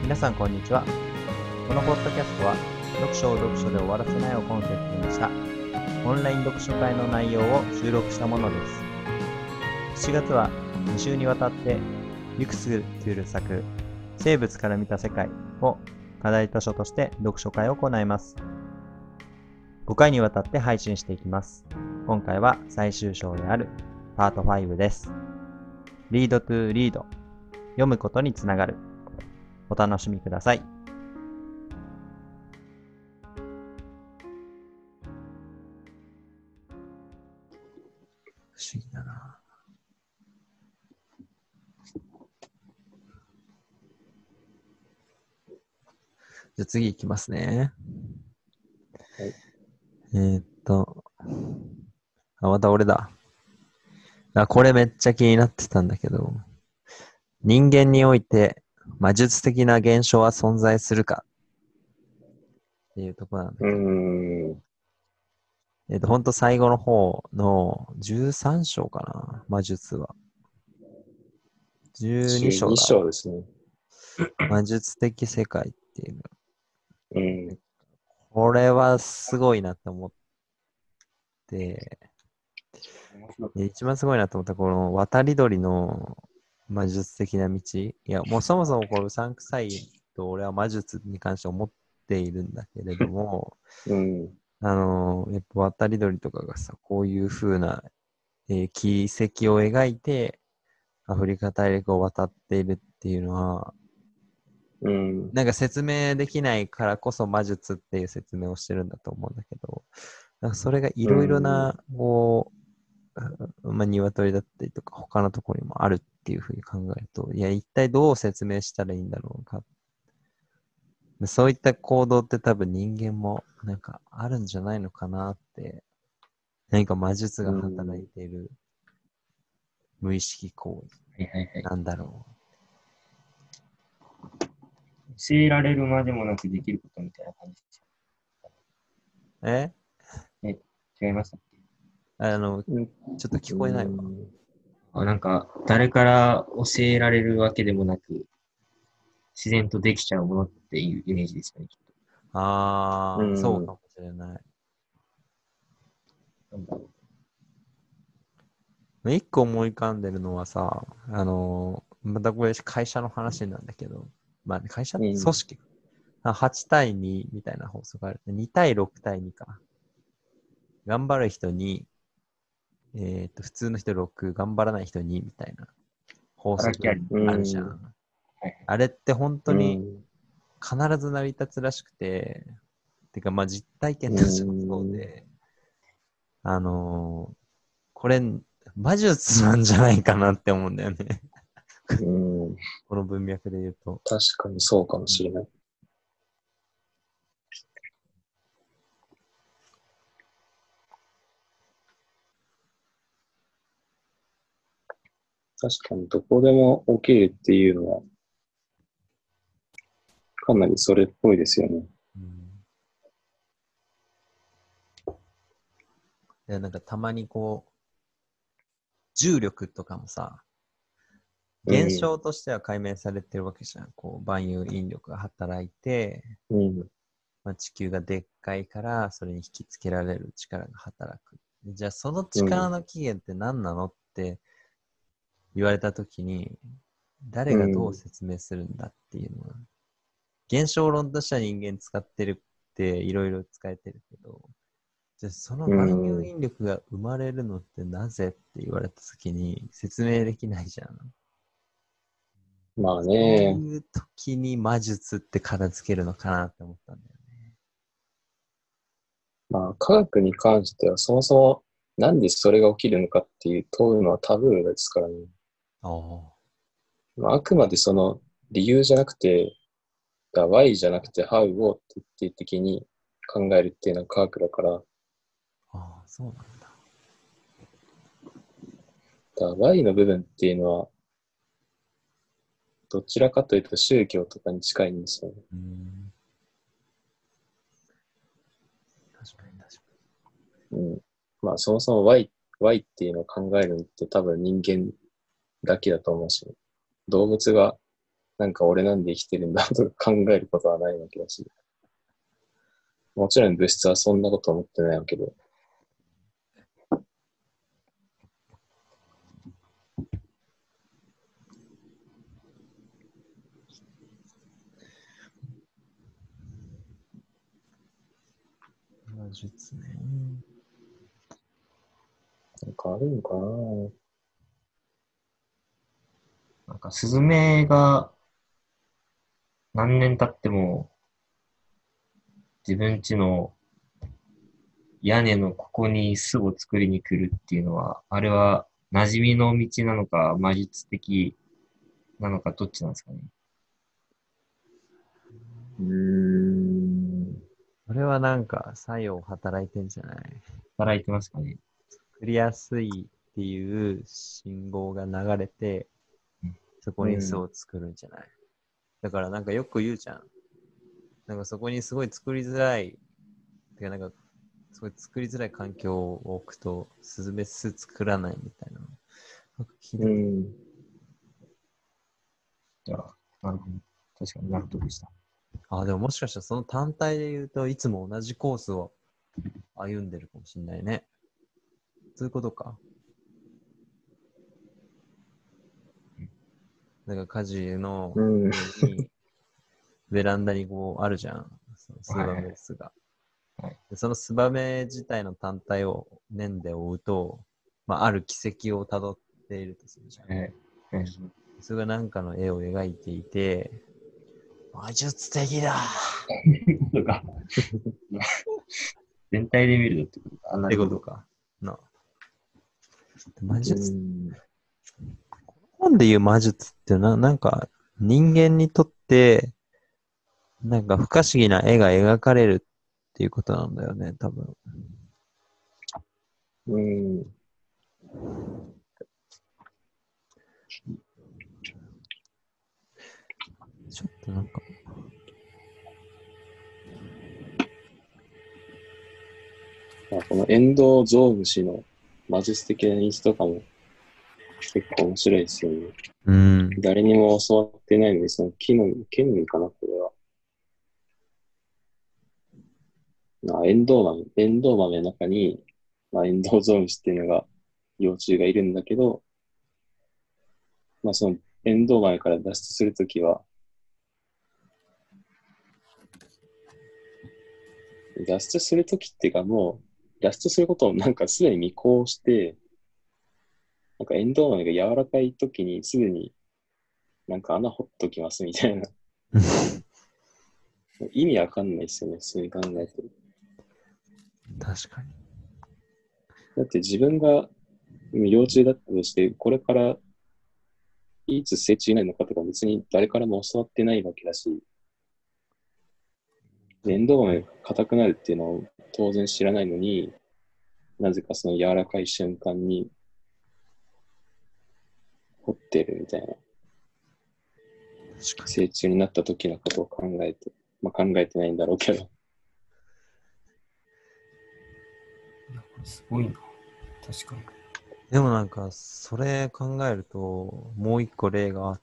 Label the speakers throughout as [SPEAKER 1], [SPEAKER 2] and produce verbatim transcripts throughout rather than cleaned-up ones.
[SPEAKER 1] 皆さんこんにちは。このポッドキャストは読書を読書で終わらせないをコンセプトにしたオンライン読書会の内容を収録したものです。しちがつはに週にわたってユクストゥル作生物から見た世界を課題図書として読書会を行います。ごかいにわたって配信していきます。今回は最終章であるパートごです。リードトゥリード、読むことにつながる。お楽しみください。不思議だな。じゃあ次いきますね。
[SPEAKER 2] はい、
[SPEAKER 1] えー、っとあ、また俺だ。あ、これめっちゃ気になってたんだけど、人間において魔術的な現象は存在するかっていうところなんだけど、
[SPEAKER 2] うーん
[SPEAKER 1] えー、っとほんと最後の方のじゅうさん章かな、魔術は。じゅうに章
[SPEAKER 2] じゅうに
[SPEAKER 1] だわ。
[SPEAKER 2] 章ですね。
[SPEAKER 1] 魔術的世界っていう。
[SPEAKER 2] うん。
[SPEAKER 1] これはすごいなって思って、で一番すごいなと思ったこの渡り鳥の魔術的な道。いや、もうそもそもこれうさんくさいと俺は魔術に関して思っているんだけれども、
[SPEAKER 2] うん。
[SPEAKER 1] あのーやっぱ渡り鳥とかがさ、こういう風な、えー軌跡を描いてアフリカ大陸を渡っているっていうのは、
[SPEAKER 2] うん。
[SPEAKER 1] なんか説明できないからこそ魔術っていう説明をしてるんだと思うんだけど、なんかそれがいろいろ
[SPEAKER 2] うん。
[SPEAKER 1] な、こう、まあ、鶏だったりとか他のところにもあるっていうふうに考えると、いや、一体どう説明したらいいんだろうか。そういった行動って多分人間もなんかあるんじゃないのかなって、何か魔術が働い
[SPEAKER 2] うん。
[SPEAKER 1] ている無意識行
[SPEAKER 2] はいはいはい。
[SPEAKER 1] 為なんだろ
[SPEAKER 2] 教えられるまでもなくできることみたいな感じです
[SPEAKER 1] う。え
[SPEAKER 2] よね。え、違いましたっけ？
[SPEAKER 1] あの、
[SPEAKER 2] うん。
[SPEAKER 1] ちょっと聞
[SPEAKER 2] う
[SPEAKER 1] こえないわ。
[SPEAKER 2] ん。あ、なんか、誰から教えられるわけでもなく、自然とできちゃうものっていうイメージですよね、きっと。う
[SPEAKER 1] あー、そうか
[SPEAKER 2] ん。
[SPEAKER 1] もしれない。
[SPEAKER 2] なんだろ
[SPEAKER 1] 一個思い浮かんでるのはさ、あのー、またこれ会社の話なんだけど、まあ会社
[SPEAKER 2] う。うん。
[SPEAKER 1] 組織あはち対にみたいな法則がある。に対ろく対にか。頑張る人に、えっと、普通の人ろく、頑張らない人にみたいな法則
[SPEAKER 2] 働きあり。う
[SPEAKER 1] あるじゃ
[SPEAKER 2] ん。
[SPEAKER 1] ん。
[SPEAKER 2] はい。
[SPEAKER 1] あれって本当
[SPEAKER 2] う
[SPEAKER 1] に
[SPEAKER 2] ん。
[SPEAKER 1] 必ず成り立つらしくて、てかまあ実体験
[SPEAKER 2] う
[SPEAKER 1] としてもそう
[SPEAKER 2] ん。
[SPEAKER 1] で、あのーこれ、魔術なんじゃないかなって思うんだよね。
[SPEAKER 2] うん。
[SPEAKER 1] この文脈で言うと。
[SPEAKER 2] 確かにそうかも
[SPEAKER 1] うん
[SPEAKER 2] しれない。確かにどこでも起きるっていうのはかなりそれっぽいですよね。
[SPEAKER 1] うんでなんかたまにこう、重力とかもさ、現
[SPEAKER 2] うん。
[SPEAKER 1] 象としては解明されてるわけじゃん。こう、万有引力が働いて、
[SPEAKER 2] うん。
[SPEAKER 1] まあ、地球がでっかいから、それに引きつけられる力が働く。じゃあ、その
[SPEAKER 2] うん。
[SPEAKER 1] 力の起源って何なのって言われたときに、誰がどう
[SPEAKER 2] うん。
[SPEAKER 1] 説明するんだっていうのは、現象論としては人間使ってるっていろいろ使えてるけど、じゃあその
[SPEAKER 2] う
[SPEAKER 1] 万有
[SPEAKER 2] ん。
[SPEAKER 1] 引力が生まれるのってなぜって言われたときに説明できないじゃん。
[SPEAKER 2] まあ
[SPEAKER 1] そう
[SPEAKER 2] ね。
[SPEAKER 1] いう時に魔術って片付けるのかなって思ったんだよね。
[SPEAKER 2] まあ科学に関してはそもそもなんでそれが起きるのかっていう問うのはタブーですからね。
[SPEAKER 1] ああ。
[SPEAKER 2] まあ、あくまでその理由じゃなくて、Y じゃなくて How を徹底的に考えるっていうのは科学だから、
[SPEAKER 1] ああ、そうなんだ。
[SPEAKER 2] だ Y の部分っていうのはどちらかというと宗教とかに近いんですよね。
[SPEAKER 1] うーん。確かに確か
[SPEAKER 2] うん。まあそもそも Y、Y っていうのを考えるのって多分人間だけだと思うし、動物が
[SPEAKER 3] なんか俺なんで生きてるんだとか考えることはないわけだし、もちろん物質はそんなこと思ってないわけど、
[SPEAKER 1] 魔術ね。
[SPEAKER 3] なんかあるのかな。
[SPEAKER 2] なんか、スズメが何年経っても自分家の屋根のここに巣を作りに来るっていうのは、あれは馴染みの道なのか、魔術的なのか、どっちなんですかね。
[SPEAKER 3] うーん。
[SPEAKER 1] これはなんか作用働いてんじゃない？
[SPEAKER 2] 働いてますかね。
[SPEAKER 1] 作りやすいっていう信号が流れて、そこに巣を作るんじゃない？だからなんかよく言うじゃん。なんかそこにすごい作りづらい、てかなんかすごい作りづらい環境を置くと、スズメ巣作らないみたいなの。なんか聞いたこと
[SPEAKER 3] うん。
[SPEAKER 2] じゃあ、なるほど。確かになるとでした。
[SPEAKER 1] あ、でももしかしたらその単体で言うといつも同じコースを歩んでるかもしれないね。そういうことか。なんか家事の
[SPEAKER 3] うん。
[SPEAKER 1] 上に、ベランダにこうあるじゃん。そのツバメ巣が。
[SPEAKER 2] はい
[SPEAKER 1] でそのツバメ自体の単体を念で追うと、まあ、ある軌跡をたどっているとするじゃん。
[SPEAKER 2] えーえー
[SPEAKER 1] それが何かの絵を描いていて、魔術的だ
[SPEAKER 2] とか、全体で見るとってことか。あ、な
[SPEAKER 1] って
[SPEAKER 2] るほど。
[SPEAKER 1] ことか。な。魔
[SPEAKER 3] う
[SPEAKER 1] 術、
[SPEAKER 3] ん。
[SPEAKER 1] 本で言う魔術ってな、なんか人間にとって、なんか不可思議な絵が描かれるっていうことなんだよね、多分。
[SPEAKER 3] うん。
[SPEAKER 1] ちょっとなんか、
[SPEAKER 3] まあ、このエンドウゾウムシの魔術的な演出とかも結構面白いですよね。
[SPEAKER 1] うん。
[SPEAKER 3] 誰にも教わってないのに、その木の、木の実かな、これは。なエンドウ豆、エンドウ豆の中に、まあ、エンドウゾウムシっていうのが、幼虫がいるんだけど、まあ、そのエンドウ豆から脱出するときは、脱出するときっていうかもう、脱出することをなんかすでに見越して、なんかエンドウ豆が柔らかいときにすでになんか穴掘っときますみたいな。意味わかんないですよね、普通に考えて。
[SPEAKER 1] 確かに。
[SPEAKER 3] だって自分が幼虫だったとして、これからいつ成虫になるのかとか別に誰からも教わってないわけだし、エンドウ豆が硬くなるっていうのを当然知らないのに、なぜかその柔らかい瞬間に掘ってるみたいな。
[SPEAKER 1] 確かに。
[SPEAKER 3] 成虫になった時のことを考えて、まあ、考えてないんだろうけど。
[SPEAKER 2] すごいな。確かに。
[SPEAKER 1] でもなんか、それ考えると、もう一個例があって、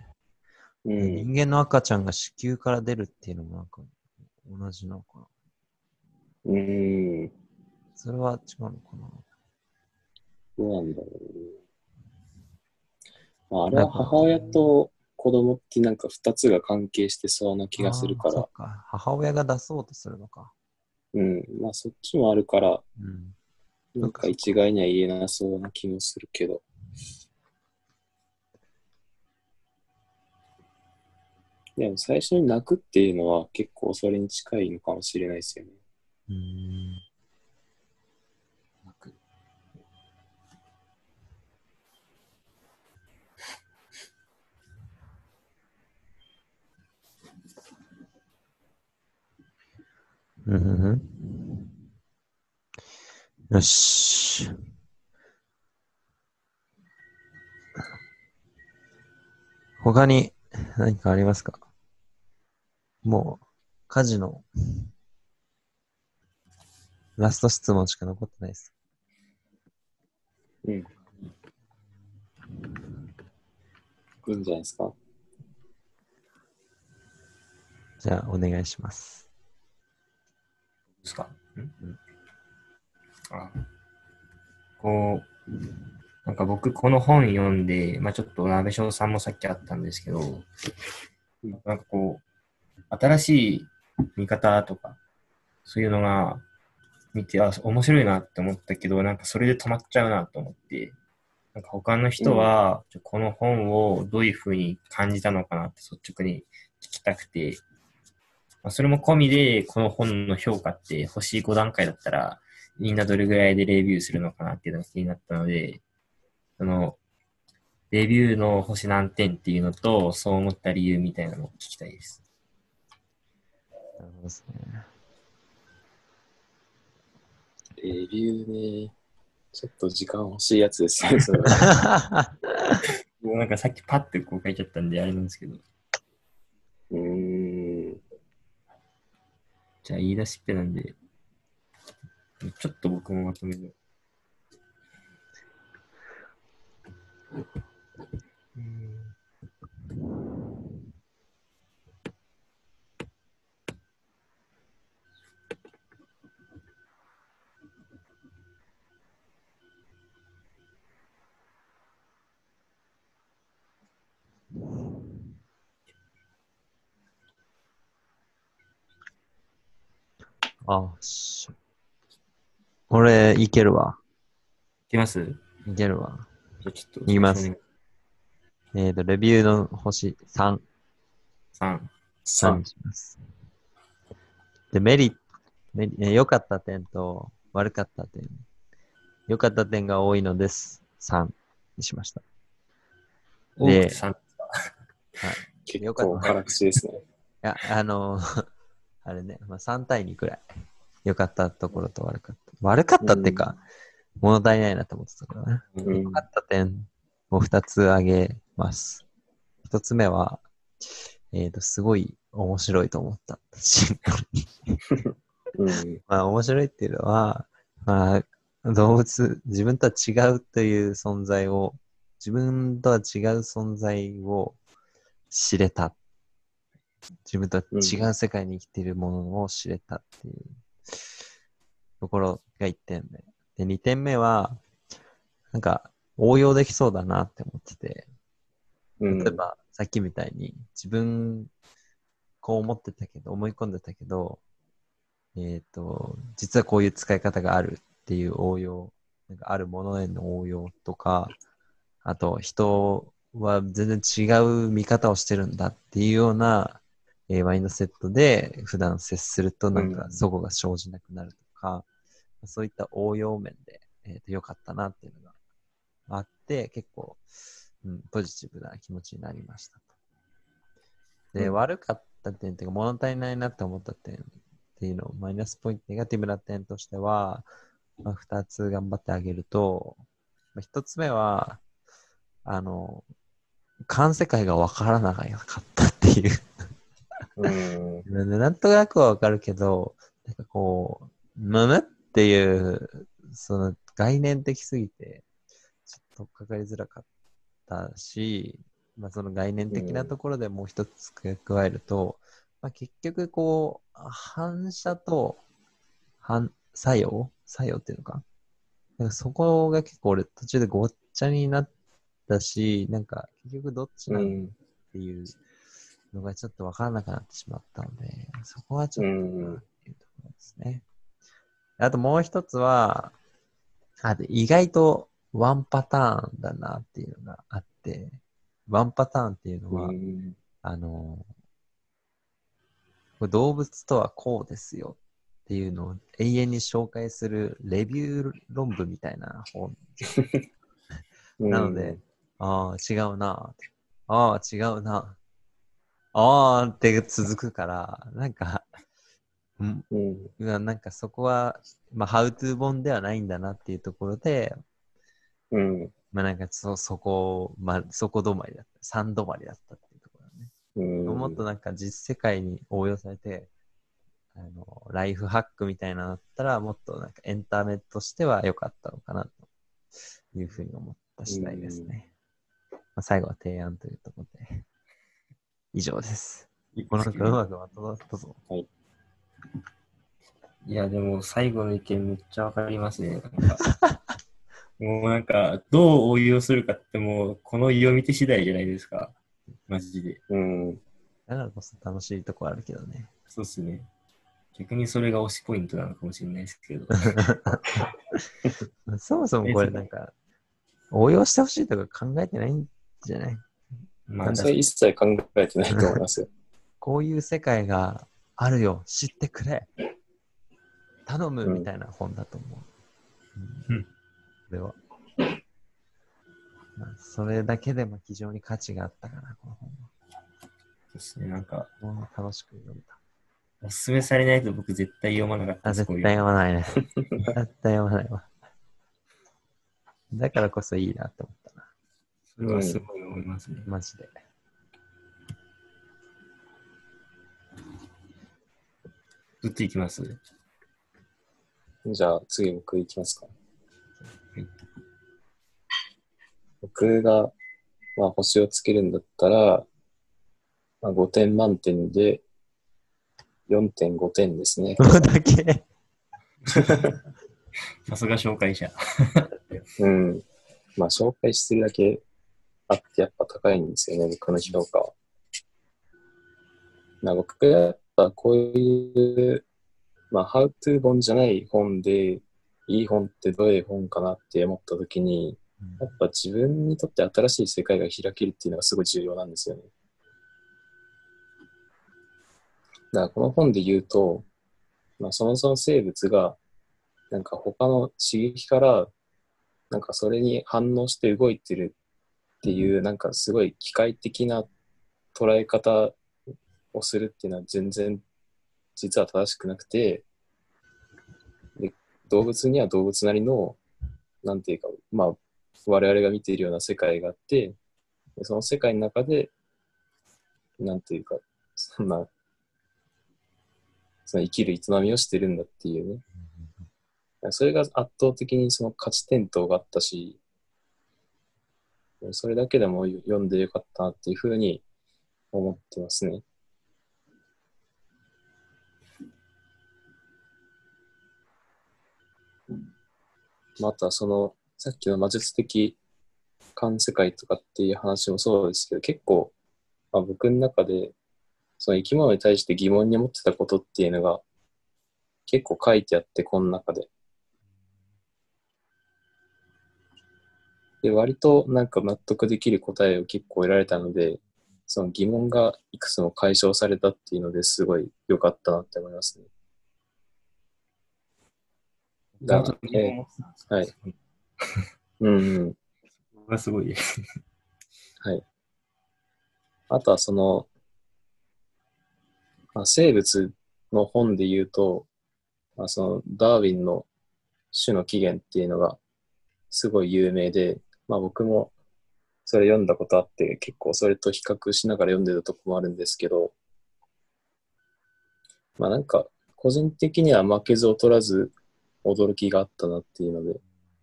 [SPEAKER 3] うん。
[SPEAKER 1] 人間の赤ちゃんが子宮から出るっていうのもなんか、同じなのかな。
[SPEAKER 3] うーん。
[SPEAKER 1] それは違うのかな。
[SPEAKER 3] どうなんだろうね。まあ、あれ
[SPEAKER 1] なんか、
[SPEAKER 3] は母親と子供ってなんか二つが関係してそうな気がする
[SPEAKER 1] ああ、そ
[SPEAKER 3] から、
[SPEAKER 1] っか。母親が出そうとするのか。
[SPEAKER 3] うん。まあそっちもあるから、
[SPEAKER 1] うん。
[SPEAKER 3] なんか
[SPEAKER 1] そっかそっか。
[SPEAKER 3] 一概には言えなそうな気もするけど。でも最初に泣くっていうのは結構それに近いのかもしれないですよね。
[SPEAKER 1] うーん。うんうんうん。よし。他に何かありますか？もう、家事のラスト質問しか残ってないです。
[SPEAKER 3] うん。いいんじゃないですか。
[SPEAKER 1] じゃあ、お願いします。
[SPEAKER 2] ですか。んうんあこう、なんか僕この本読んで、まあちょっと鍋翔さんもさっきあったんですけど、
[SPEAKER 3] うん
[SPEAKER 2] なんかこう、新しい見方とか、そういうのが見て、あ、面白いなって思ったけど、なんかそれで止まっちゃうなと思って、なんか他の人
[SPEAKER 3] うん
[SPEAKER 2] は、この本をどういうふうに感じたのかなって率直に聞きたくて、まあ、それも込みで、この本の評価って星ご段階だったら、みんなどれぐらいでレビューするのかなっていうのが気になったので、その、レビューの星何点っていうのと、そう思った理由みたいなのを聞きたいです。
[SPEAKER 1] なるほどですね。
[SPEAKER 3] レビューね。ちょっと時間欲しいやつですね、それは。
[SPEAKER 2] もうなんかさっきパッてこう書いちゃったんで、あれなんですけど。
[SPEAKER 3] うーん。
[SPEAKER 2] じゃあ言い出しっぺなんで、ちょっと僕もまとめる。
[SPEAKER 1] あ、し俺、いけるわ。
[SPEAKER 2] いきますじ
[SPEAKER 1] いけるわ。
[SPEAKER 2] ゃあちょっと
[SPEAKER 1] 言います。
[SPEAKER 2] 最初に
[SPEAKER 1] えっ、と、レビューの星さん、
[SPEAKER 2] さん。
[SPEAKER 1] さんに
[SPEAKER 3] さん。
[SPEAKER 1] します。で、メリット、メリえー良かった点と悪かった点。良かった点が多いのです。さんにしました。で、
[SPEAKER 2] 多くてさん。
[SPEAKER 1] はい。
[SPEAKER 3] 結
[SPEAKER 1] 良かった。い
[SPEAKER 3] 構辛口ですね。
[SPEAKER 1] や、あのあれね、まあ、さん対にくらい。良かったところと悪かった。悪かったってか、物足りないなと思ってたからね。
[SPEAKER 3] うん。うん
[SPEAKER 1] 良かった点をふたつ挙げます。ひとつめは、えっ、と、すごい面白いと思った。シンプルに。
[SPEAKER 3] うん。
[SPEAKER 1] まあ、面白いっていうのは、まあ、動物、自分とは違うという存在を、自分とは違う存在を知れた。自分とは違う世界に生きているものを知れたっていうところがいってんめ。で、にてんめは、なんか、応用できそうだなって思ってて、
[SPEAKER 3] うん
[SPEAKER 1] 例えば、さっきみたいに、自分、こう思ってたけど、思い込んでたけど、えっ、と、実はこういう使い方があるっていう応用、なんかあるものへの応用とか、あと、人は全然違う見方をしてるんだっていうような、えーマインドセットで普段接するとなんか
[SPEAKER 3] うん
[SPEAKER 1] 齟齬が生じなくなるとか、そういった応用面で、えーと良かったなっていうのがあって、結構、うん、ポジティブな気持ちになりましたと。で、
[SPEAKER 3] うん
[SPEAKER 1] 悪かった点っていうか、物足りないなって思った点っていうのを、マイナスポイント、ネガティブな点としては、まあ、ふたつ頑張ってあげると、まあ、ひとつめは、あの、環世界がわからなかったっていう
[SPEAKER 3] うん
[SPEAKER 1] ななんとなくはわかるけど、なんかこう、むむっていう、その概念的すぎて、ちょっとかかりづらかったし、まあその概念的なところでもう一つ付け加えると、まあ結局こう、反射と反作用作用っていうのかなんかそこが結構俺途中でごっちゃになったし、なんか結局どっちなんっ
[SPEAKER 3] うん
[SPEAKER 1] ていうのがちょっとわからなくなってしまったので、そこはちょ
[SPEAKER 3] う
[SPEAKER 1] っとなっ
[SPEAKER 3] ん
[SPEAKER 1] ていうところですね。あともう一つは、あと意外とワンパターンだなっていうのがあって、ワンパターンっていうの
[SPEAKER 3] う
[SPEAKER 1] は、
[SPEAKER 3] ん
[SPEAKER 1] あの、動物とはこうですよっていうのを永遠に紹介するレビュー論文みたいな本。なので、ああ、違うな。ああ、違うな。ああって続くから、なんか、ん
[SPEAKER 3] うん
[SPEAKER 1] うわなんかそこは、まあ、ハウトゥー本ではないんだなっていうところで、
[SPEAKER 3] うん
[SPEAKER 1] まあなんかそ、そこ、まあ、そこ止まりだった。三止まりだったっていうところだね。もっとなんか実世界に応用されて、あの、ライフハックみたいなのだったら、もっとなんかエンタメとしては良かったのかなというふうに思った次第ですね。まあ、最後は提案というところで、以上です。
[SPEAKER 2] い
[SPEAKER 1] もうなんかうまくまとまったぞ。
[SPEAKER 2] いや、でも最後の意見めっちゃわかりますね。なんかもうなんか、どう応用するかってもう、この読み手次第じゃないですか。マジで。
[SPEAKER 3] うん。
[SPEAKER 1] だからこそ楽しいとこあるけどね。
[SPEAKER 2] そうっすね。逆にそれが推しポイントなのかもしれないですけど。
[SPEAKER 1] そもそもこれなんか、応用してほしいとか考えてないんじゃない？
[SPEAKER 2] まあ、
[SPEAKER 3] それ一切考えてないと思いますよ。
[SPEAKER 1] こういう世界があるよ、知ってくれ、頼む
[SPEAKER 3] うん
[SPEAKER 1] みたいな本だと思う。
[SPEAKER 2] う
[SPEAKER 1] うんん、これは。まあ、それだけでも非常に価値があったかな、この本は。
[SPEAKER 2] そうですね。なんか、
[SPEAKER 1] もう楽しく読んだ。
[SPEAKER 2] おすすめされないと僕絶対読まなかった
[SPEAKER 1] あ、
[SPEAKER 2] です、
[SPEAKER 1] 絶対
[SPEAKER 2] こういうの。
[SPEAKER 1] 読まないね。絶対読まないわ。だからこそいいなって思ったな。
[SPEAKER 2] それはすごい思いますね。
[SPEAKER 1] マジで。
[SPEAKER 2] どっち行きます？
[SPEAKER 3] じゃあ次僕行きますか。
[SPEAKER 2] い
[SPEAKER 3] 僕が、まあ、星をつけるんだったら、まあ、ごてん満点でよんてんごてんですね。
[SPEAKER 1] ここだけ。
[SPEAKER 2] さすが紹介者。
[SPEAKER 3] うん。まあ紹介してるだけあってやっぱ高いんですよね、僕の評価は。まあ、僕がやっぱこういう、まあ、How to 本じゃない本で、いい本ってどういう本かなって思った時に、やっぱ自分にとって新しい世界が開けるっていうのがすごい重要なんですよね。だからこの本で言うと、まあ、そもそも生物がなんか他の刺激からなんかそれに反応して動いてるっていうなんかすごい機械的な捉え方をするっていうのは全然実は正しくなくて、で動物には動物なりのなんていうか、まあ我々が見ているような世界があって、でその世界の中でなんていうか、そんなその生きる営みをしてるんだっていうね。それが圧倒的にその価値転倒があったし、それだけでも読んでよかったなっていうふうに思ってますね。またそのさっきの魔術的観世界とかっていう話もそうですけど、結構、まあ、僕の中でその生き物に対して疑問に思ってたことっていうのが結構書いてあって、この中で。で、割となんか納得できる答えを結構得られたので、その疑問がいくつも解消されたっていうのですごい良かったなって思いますね。だ
[SPEAKER 2] もうちょっと疑問を持ってたんですか？
[SPEAKER 3] はい。うんうん。
[SPEAKER 2] そこがすごいです。
[SPEAKER 3] はい。あとはその、まあ、生物の本で言うと、まあ、そのダーウィンの種の起源っていうのがすごい有名で、まあ僕もそれ読んだことあって、結構それと比較しながら読んでたとこもあるんですけど、まあなんか個人的には負けず劣らず驚きがあったなっていうので、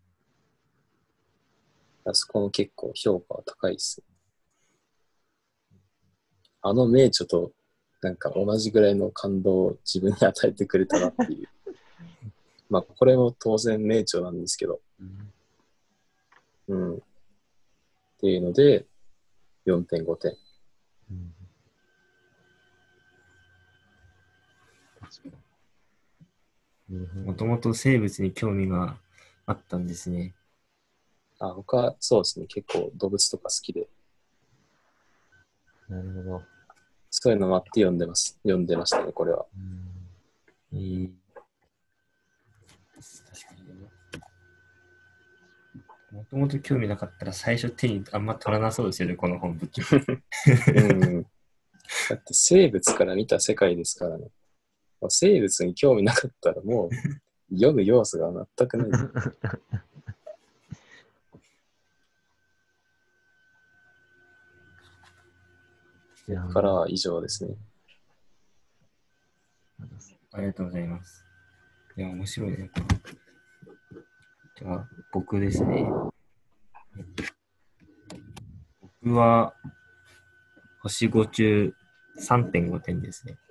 [SPEAKER 3] あそこも結構評価は高いです。あの名著となんか同じぐらいの感動を自分に与えてくれたなっていう。まあこれも当然名著なんですけど、うん。っていうのでよんてんごてん。
[SPEAKER 1] うん
[SPEAKER 2] もともと生物に興味があったんですね。
[SPEAKER 3] あ、僕はそうですね、結構動物とか好きで、
[SPEAKER 1] なるほど。
[SPEAKER 3] そういうのもあって読んでます。読んでましたね、これは。
[SPEAKER 1] うん
[SPEAKER 2] えー、確かにね。もともと興味なかったら最初手にあんま取らなそうですよね、この本ぶっちゃけ。
[SPEAKER 3] うん。だって生物から見た世界ですからね。生物に興味なかったらもう読む要素が全くない。
[SPEAKER 1] いや
[SPEAKER 3] からは以上ですね。
[SPEAKER 2] ありがとうございます。いや、面白いね。じゃあ、僕ですね。僕は、星ご中さんてんごてんですね。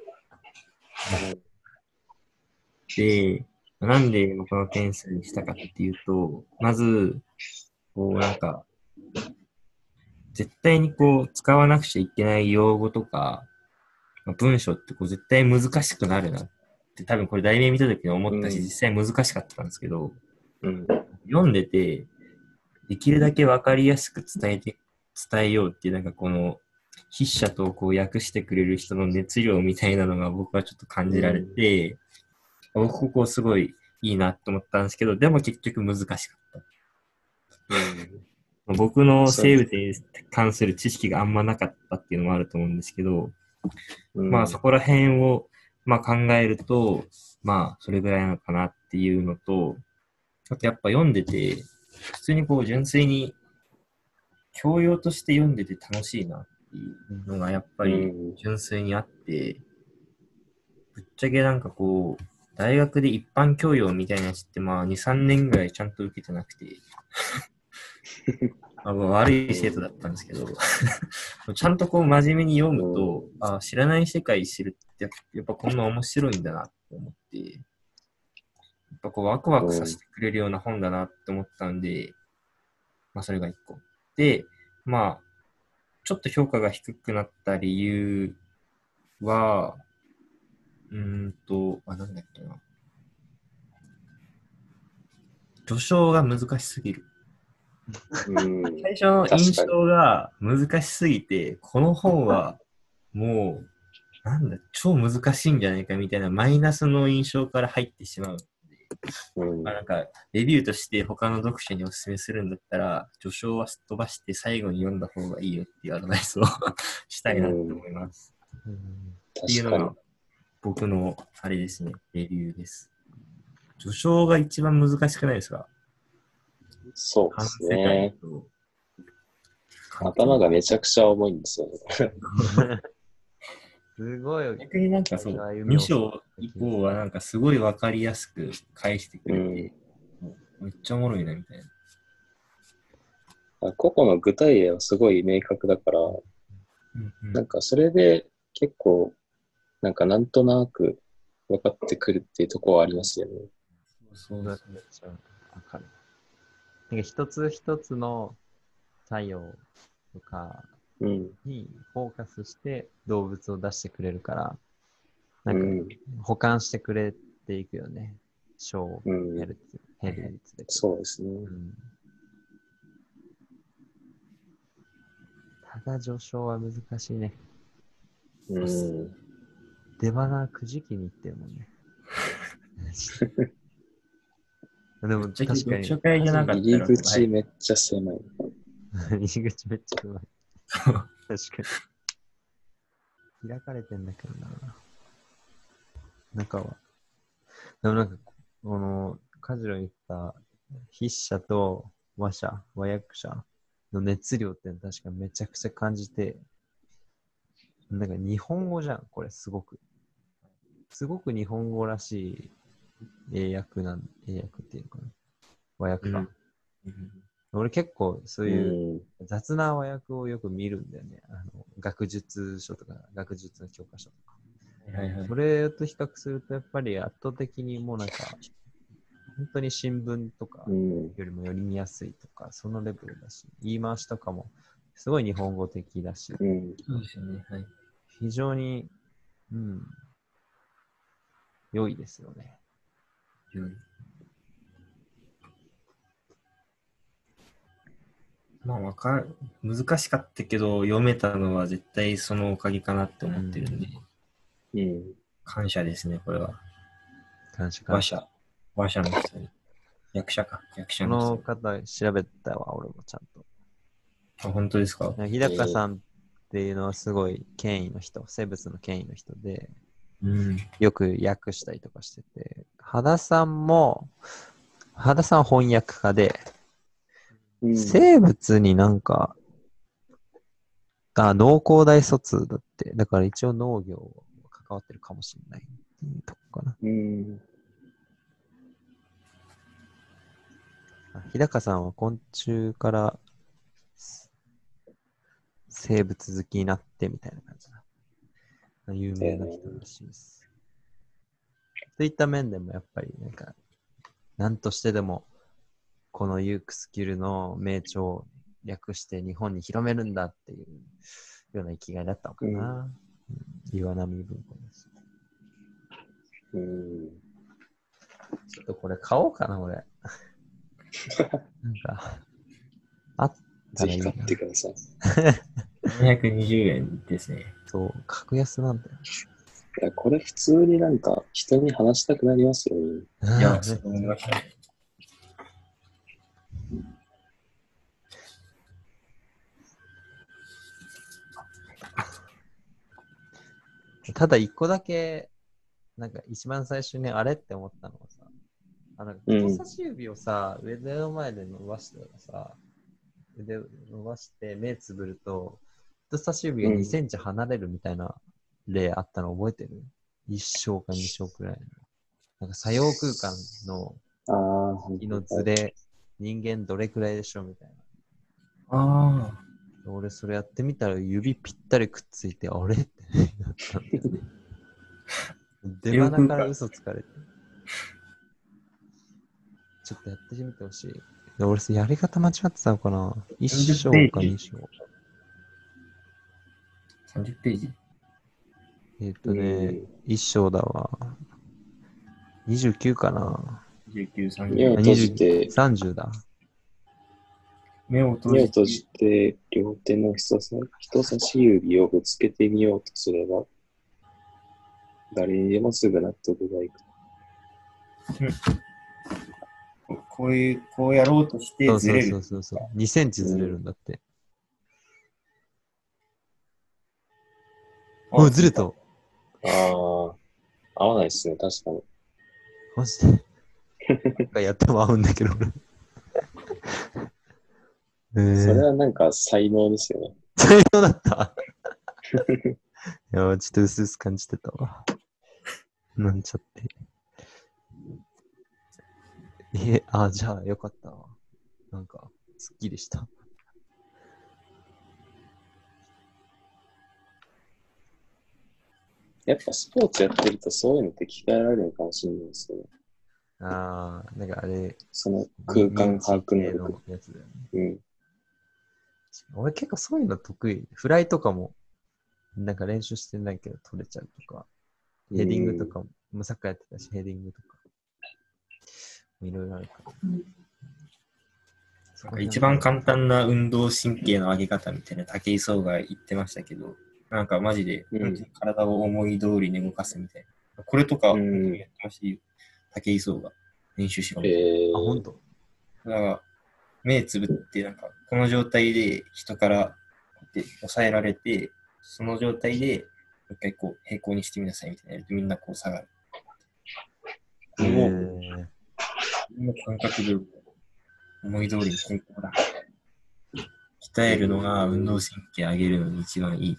[SPEAKER 2] で、なんでこの点数にしたかっていうと、まず、こうなんか、絶対にこう使わなくちゃいけない用語とか、文章ってこう絶対難しくなるなって多分これ題名見た時に思ったし、
[SPEAKER 3] うん
[SPEAKER 2] 実際難しかったんですけど、
[SPEAKER 3] うん
[SPEAKER 2] 読んでて、できるだけわかりやすく伝えて、伝えようっていうなんかこの筆者とこう訳してくれる人の熱量みたいなのが僕はちょっと感じられて、僕ここすごいいいなと思ったんですけど、でも結局難しかった。
[SPEAKER 3] うん。
[SPEAKER 2] 僕の
[SPEAKER 3] そう
[SPEAKER 2] 生物に関する知識があんまなかったっていうのもあると思うんですけど、
[SPEAKER 3] うん
[SPEAKER 2] まあそこら辺をまあ考えると、まあそれぐらいなのかなっていうのと、あとやっぱ読んでて、普通にこう純粋に教養として読んでて楽しいなっていうのがやっぱり純粋にあって、ぶっちゃけなんかこう、大学で一般教養みたいなやつってまあに、さんねんぐらいちゃんと受けてなくて、まあ、悪い生徒だったんですけど、ちゃんとこう真面目に読むと、あ知らない世界知るってやっぱこんな面白いんだなって思って、やっぱこうワクワクさせてくれるような本だなって思ったんで、まあそれが一個。で、まあ、ちょっと評価が低くなった理由は、うーんと、あ、なんだっけな。序章が難しすぎる。
[SPEAKER 3] うん
[SPEAKER 2] 最初の印象が難しすぎて、この本はもう、なんだ、超難しいんじゃないかみたいなマイナスの印象から入ってしまう。
[SPEAKER 3] うん
[SPEAKER 2] まあ、なんか、レビューとして他の読者にお勧めするんだったら、序章はすっ飛ばして最後に読んだ方がいいよっていうアドバイスをしたいなと思います。
[SPEAKER 1] うん、
[SPEAKER 2] っていう
[SPEAKER 3] 確かに
[SPEAKER 2] のが僕のあれですね、レビューです。序章が一番難しくないですか？
[SPEAKER 3] そうですね。
[SPEAKER 2] と
[SPEAKER 3] 頭がめちゃくちゃ重いんですよね。
[SPEAKER 1] すごい。
[SPEAKER 2] 逆になんかそう、に章以降はなんかすごいわかりやすく返してくれて、うん、めっちゃおもろいなみたい
[SPEAKER 3] な。個々の具体例はすごい明確だから、うんうん、なんかそれで結構、なんかなんとなく分かってくるっていうところはありますよね。
[SPEAKER 1] そうそうそう。わかる。なんか一つ一つの作用とかにフォーカスして動物を出してくれるから、なんか保管してくれていくよね。章を減るにつれて。
[SPEAKER 3] そうですね。うん、
[SPEAKER 1] ただ序章は難しいね。
[SPEAKER 3] うん。
[SPEAKER 1] 出花くじきに行ってるもんね。でも確かに。
[SPEAKER 2] 初回じゃなかった
[SPEAKER 3] 入り口めっちゃ狭い。
[SPEAKER 1] 入り口めっちゃ狭い。確かに。開かれてんだけどな。中は。でもなんか、この、カジロ言った筆者と話者、和訳者の熱量って確かめちゃくちゃ感じて、なんか日本語じゃん、これすごく。すごく日本語らしい英訳なん、英訳っていうかな。和訳か。うんうん、俺結構そういう雑な和訳をよく見るんだよね。あの学術書とか、学術の教科書とか。はいはい、それと比較するとやっぱり圧倒的にもうなんか、本当に新聞とかよりも読みやすいとか、そのレベルだし、言い回しとかもすごい日本語的だし、
[SPEAKER 2] うん、そうですよね。はい、
[SPEAKER 1] 非常に、うん、良いですよね。
[SPEAKER 2] 良い。まあわかる。難しかったけど、読めたのは絶対そのおかげかなって思ってるんで、
[SPEAKER 3] うん、
[SPEAKER 2] 感謝ですね、これは。
[SPEAKER 1] 感謝感謝。
[SPEAKER 2] 話者の人に。役者か。役者
[SPEAKER 1] の人。この方調べたわ、俺もちゃんと。
[SPEAKER 2] あ、本当ですか？
[SPEAKER 1] 日高さんっていうのはすごい権威の人、生物の権威の人で、
[SPEAKER 2] うん、
[SPEAKER 1] よく訳したりとかしてて、羽田さんも、羽田さんは翻訳家で、うん、生物になんか、あ、農工大卒だって、だから一応農業関わってるかもしれないっていうとこかな。うん日高さんは昆虫から生物好きになってみたいな感じだ。 有名な人らしいです。といった面でもやっぱりなんか何としてでもこのユークスキルの名著を略して日本に広めるんだっていうような生きがいだったのかな。うん、岩波文庫です。
[SPEAKER 3] うん。
[SPEAKER 1] ちょっとこれ買おうかな、俺。なんか、あったらいいな。
[SPEAKER 3] ぜひ買ってください。
[SPEAKER 2] ななひゃくにじゅうえんですね。
[SPEAKER 1] そう、格安なんだよ。
[SPEAKER 3] いや、これ普通になんか人に話したくなりますよね。
[SPEAKER 2] いや、そう思いましたね。
[SPEAKER 1] ただ一個だけ、なんか一番最初にあれって思ったのはさ、あの人差し指をさ、うん、腕の前で伸ばしたらさ、腕を伸ばして目つぶると、人差し指がにセンチ離れるみたいな例あったの覚えてる？いっ章かに章くらいの。なんか作用空間の時のズレ、人間どれくらいでしょうみたいな。
[SPEAKER 2] ああ。
[SPEAKER 1] 俺それやってみたら指ぴったりくっついて、あれってなったんだよね。出鼻から嘘つかれて。ちょっとやってみてほしい。俺やり方間違ってたのかな？いっ章かに章。
[SPEAKER 2] さんじゅっページ。
[SPEAKER 1] えっとね、いっ章だわ。にじゅうきゅうかな。
[SPEAKER 2] にじゅうきゅう、さんじゅう。
[SPEAKER 3] 目を閉じて、
[SPEAKER 1] さんじゅうだ。
[SPEAKER 2] 目を閉じて、
[SPEAKER 3] 目を閉じて両手の人差人差し指をぶつけてみようとすれば、誰にでもすぐ納得がいく。
[SPEAKER 2] こういう、こうやろうとしてずれる。
[SPEAKER 1] そうそうそうそう。にセンチずれるんだって。うん、ずれた。あ
[SPEAKER 3] あ、合わないっすね、確かに。
[SPEAKER 1] マジでなんかやっても合うんだけど、俺。えー、
[SPEAKER 3] それはなんか才能ですよね。
[SPEAKER 1] 才能だったいや、ちょっと薄々感じてたわ。なんちゃって。え、あ、じゃあよかったわ。なんか、すっきりした。
[SPEAKER 3] やっぱスポーツやってるとそういうのって鍛えられるのかもしれないですよね。
[SPEAKER 1] ああ、なんかあれ、
[SPEAKER 3] その空間把握能力
[SPEAKER 1] のやつだよね。
[SPEAKER 3] うん。
[SPEAKER 1] 俺結構そういうの得意。フライとかも、なんか練習してないけど取れちゃうとか、ヘディングとかも、もうサッカーやってたし、ヘディングとか。いろいろあるから。
[SPEAKER 2] 一番簡単な運動神経の上げ方みたいな武井壮が言ってましたけど、なんかマジで、うん、体を思い通りに動かすみたいな。これとか、やってましたよ。武井壮が練習しろ。
[SPEAKER 1] えー、あ、ほんと？
[SPEAKER 2] だから、目つぶって、なんか、この状態で人からで抑えられて、その状態で、もう一回こう、平行にしてみなさいみたいなやるとみんなこう下がる。
[SPEAKER 1] えー、
[SPEAKER 2] みんな感覚で思い通りに平行だ。鍛えるのが運動神経上げるのに一番いいみた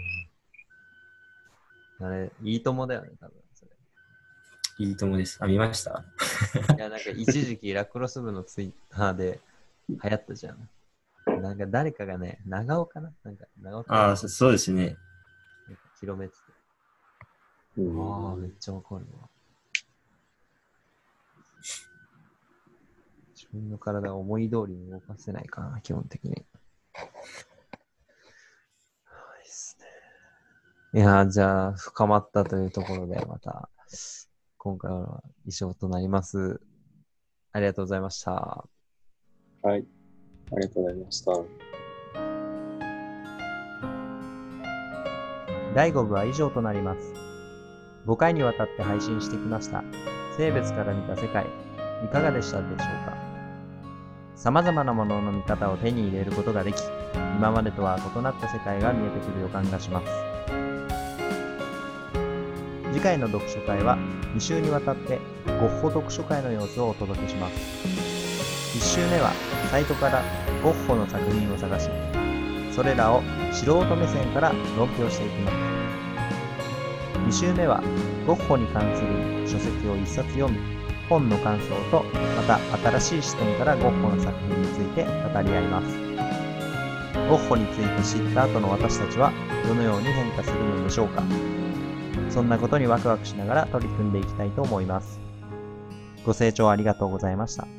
[SPEAKER 1] いな。あれ、いいともだよね、多分それ。
[SPEAKER 2] いいともです。あ、見ました？
[SPEAKER 1] いや、なんか一時期ラクロス部のツイッターで流行ったじゃん。なんか誰かがね、長尾かななんか長尾かな
[SPEAKER 2] ああ、そうですね。
[SPEAKER 1] 広めてて。
[SPEAKER 3] うん、
[SPEAKER 1] ああ、めっちゃわかるわ。自分の体を思い通りに動かせないかな、基本的に。いいっすね。いや、じゃあ、深まったというところで、また、今回は以上となります。ありがとうございました。
[SPEAKER 3] はい。ありがとうございました。
[SPEAKER 1] だいご部は以上となります。ごかいにわたって配信してきました。生別から見た世界、いかがでしたでしょうか？様々なものの見方を手に入れることができ、今までとは異なった世界が見えてくる予感がします。次回の読書会はに週にわたってゴッホ読書会の様子をお届けします。いち週目はサイトからゴッホの作品を探し、それらを素人目線から論評していきます。に週目はゴッホに関する書籍をいっさつ読み、本の感想とまた新しい視点からゴッホの作品について語り合います。ゴッホについて知った後の私たちはどのように変化するのでしょうか。 そんなことにワクワクしながら取り組んでいきたいと思います。ご清聴ありがとうございました。